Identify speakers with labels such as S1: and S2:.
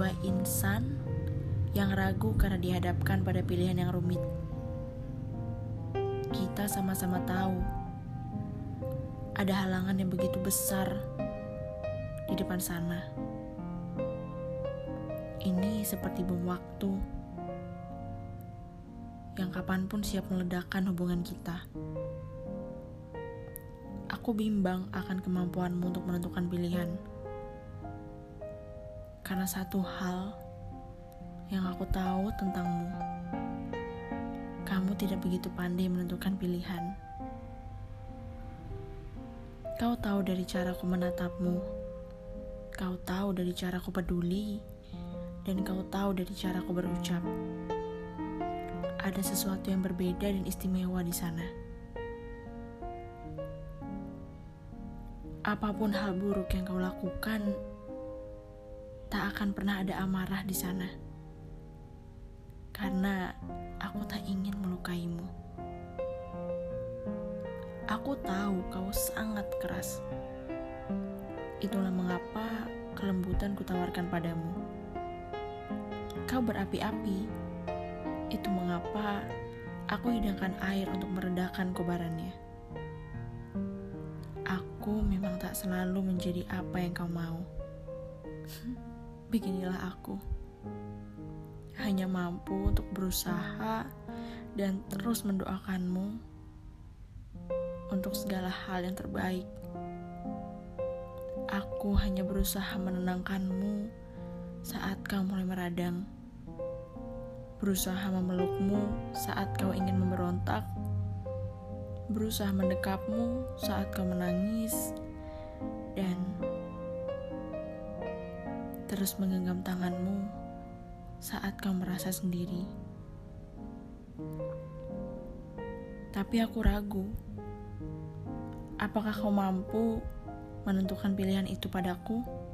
S1: dua insan yang ragu karena dihadapkan pada pilihan yang rumit. Kita sama-sama tahu ada halangan yang begitu besar di depan sana. Ini seperti bom waktu yang kapanpun siap meledakkan hubungan kita. Aku bimbang akan kemampuanmu untuk menentukan pilihan. Karena satu hal yang aku tahu tentangmu, kamu tidak begitu pandai menentukan pilihan. Kau tahu dari caraku menatapmu, kau tahu dari caraku peduli, dan kau tahu dari caraku berucap. Ada sesuatu yang berbeda dan istimewa di sana. Apapun hal buruk yang kau lakukan, tak akan pernah ada amarah di sana. Karena aku tak ingin melukaimu. Aku tahu kau sangat keras. Itulah mengapa kelembutan kutawarkan padamu. Kau berapi-api. Itu mengapa aku hidangkan air untuk meredakan kobarannya. Aku memang tak selalu menjadi apa yang kau mau. Beginilah aku. Hanya mampu untuk berusaha dan terus mendoakanmu untuk segala hal yang terbaik. Aku hanya berusaha menenangkanmu saat kau mulai meradang. Berusaha memelukmu saat kau ingin memberontak. Berusaha mendekapmu saat kau menangis. Dan terus menggenggam tanganmu saat kau merasa sendiri. Tapi aku ragu. Apakah kau mampu menentukan pilihan itu padaku?